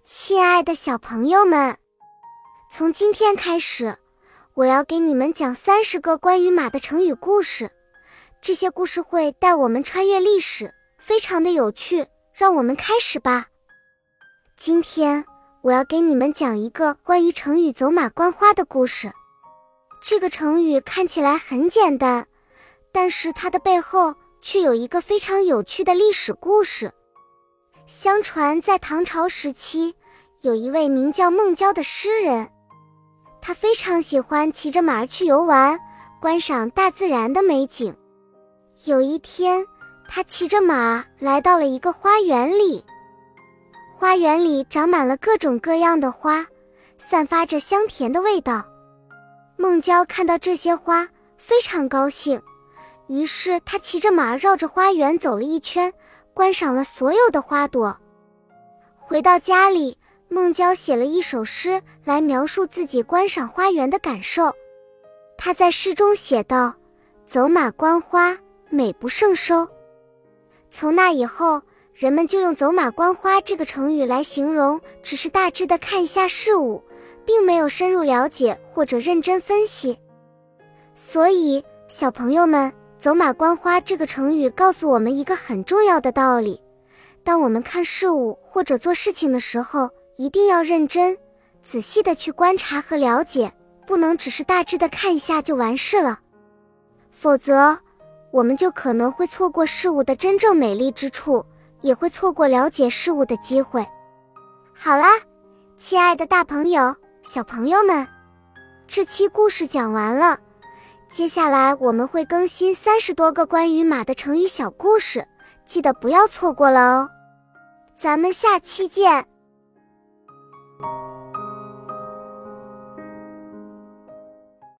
亲爱的小朋友们，从今天开始，我要给你们讲30个关于马的成语故事。这些故事会带我们穿越历史，非常的有趣。让我们开始吧。今天我要给你们讲一个关于成语走马观花的故事。这个成语看起来很简单，但是它的背后却有一个非常有趣的历史故事。相传在唐朝时期，有一位名叫孟郊的诗人，他非常喜欢骑着马去游玩，观赏大自然的美景。有一天，他骑着马来到了一个花园里，花园里长满了各种各样的花，散发着香甜的味道。孟郊看到这些花，非常高兴，于是他骑着马绕着花园走了一圈，观赏了所有的花朵。回到家里，孟郊写了一首诗来描述自己观赏花园的感受。他在诗中写道：走马观花，美不胜收。从那以后，人们就用走马观花这个成语来形容只是大致的看一下事物，并没有深入了解或者认真分析。所以小朋友们，走马观花这个成语告诉我们一个很重要的道理：当我们看事物或者做事情的时候，一定要认真仔细的去观察和了解，不能只是大致的看一下就完事了，否则我们就可能会错过事物的真正美丽之处，也会错过了解事物的机会。好啦，亲爱的大朋友、小朋友们，这期故事讲完了，接下来我们会更新30多个关于马的成语小故事，记得不要错过了哦。咱们下期见。